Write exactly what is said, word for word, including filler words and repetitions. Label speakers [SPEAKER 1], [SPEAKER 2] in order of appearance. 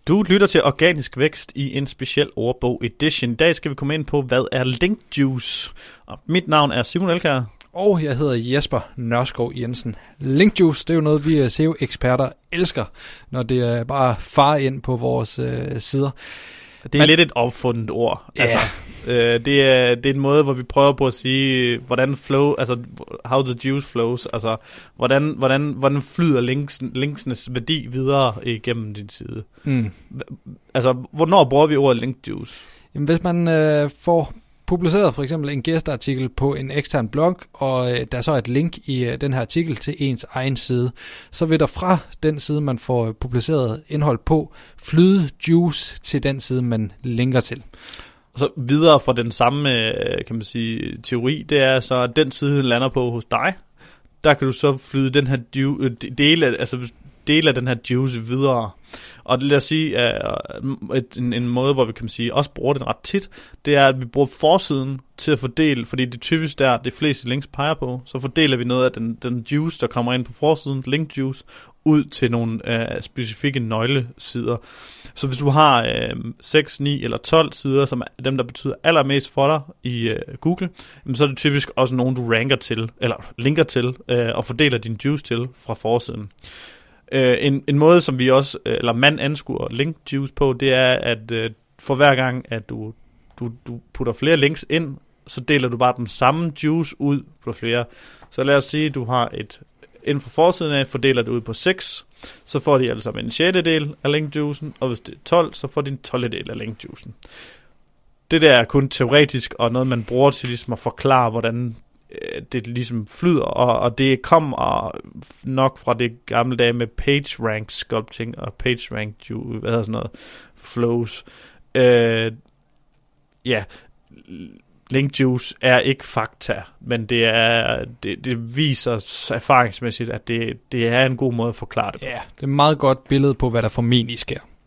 [SPEAKER 1] Du lytter til Organisk Vækst i en speciel ordbog edition. I dag skal vi komme ind på, hvad er Link Juice? Og mit navn er Simon Elkjær.
[SPEAKER 2] Og jeg hedder Jesper Nørskov Jensen. Link Juice, det er jo noget, vi S E O-eksperter elsker, når det er bare far ind på vores øh, sider.
[SPEAKER 1] Det er Men, lidt et opfundet ord.
[SPEAKER 2] Yeah.
[SPEAKER 1] Altså, øh, det, er, det er en måde, hvor vi prøver på at sige, hvordan flow, altså how the juice flows, altså hvordan, hvordan, hvordan flyder linksen, linksenes værdi videre igennem din side. Mm. Altså, hvornår bruger vi ordet link juice?
[SPEAKER 2] Jamen, hvis man øh, får publiceret for eksempel en gæsteartikel på en ekstern blog, og øh, der er så et link i øh, den her artikel til ens egen side, så vil der fra den side, man får publiceret indhold på, flyde juice til den side, man linker til.
[SPEAKER 1] Og så videre fra den samme, kan man sige, teori, det er så, at den side lander på hos dig, der kan du så flyde den her ju- del af, altså del af den her juice videre. Og det lad os sige, at en, en måde, hvor vi kan sige, også bruger den ret tit, det er, at vi bruger forsiden til at fordele, fordi det er typisk der, det fleste links peger på, så fordeler vi noget af den, den juice, der kommer ind på forsiden, link juice, ud til nogle uh, specifikke nøglesider. Så hvis du har øh, seks, ni eller tolv sider, som er dem, der betyder allermest for dig i øh, Google, så er det typisk også nogen, du ranker til, eller linker til, øh, og fordeler din juice til fra forsiden. Øh, en, en måde, som vi også, øh, eller man anskuer link juice på, det er, at øh, for hver gang, at du, du, du putter flere links ind, så deler du bare den samme juice ud på flere. Så lad os sige, at du har et, inden for forsiden af, fordeler du ud på seks, så får de altså en sjettedel af linkjuicen, og hvis det er tolv, så får de en tolvdel af linkjuicen. Det der er kun teoretisk, og noget man bruger til ligesom at forklare, hvordan øh, det ligesom flyder, og, og det kommer nok fra det gamle dage med PageRank sculpting og PageRank, hvad hedder sådan noget, flows. Øh, ja, link juice er ikke fakta, men det er det, det viser erfaringsmæssigt, at det, det er en god måde at forklare det.
[SPEAKER 2] Ja, det er et meget godt billede på, hvad der formentlig sker.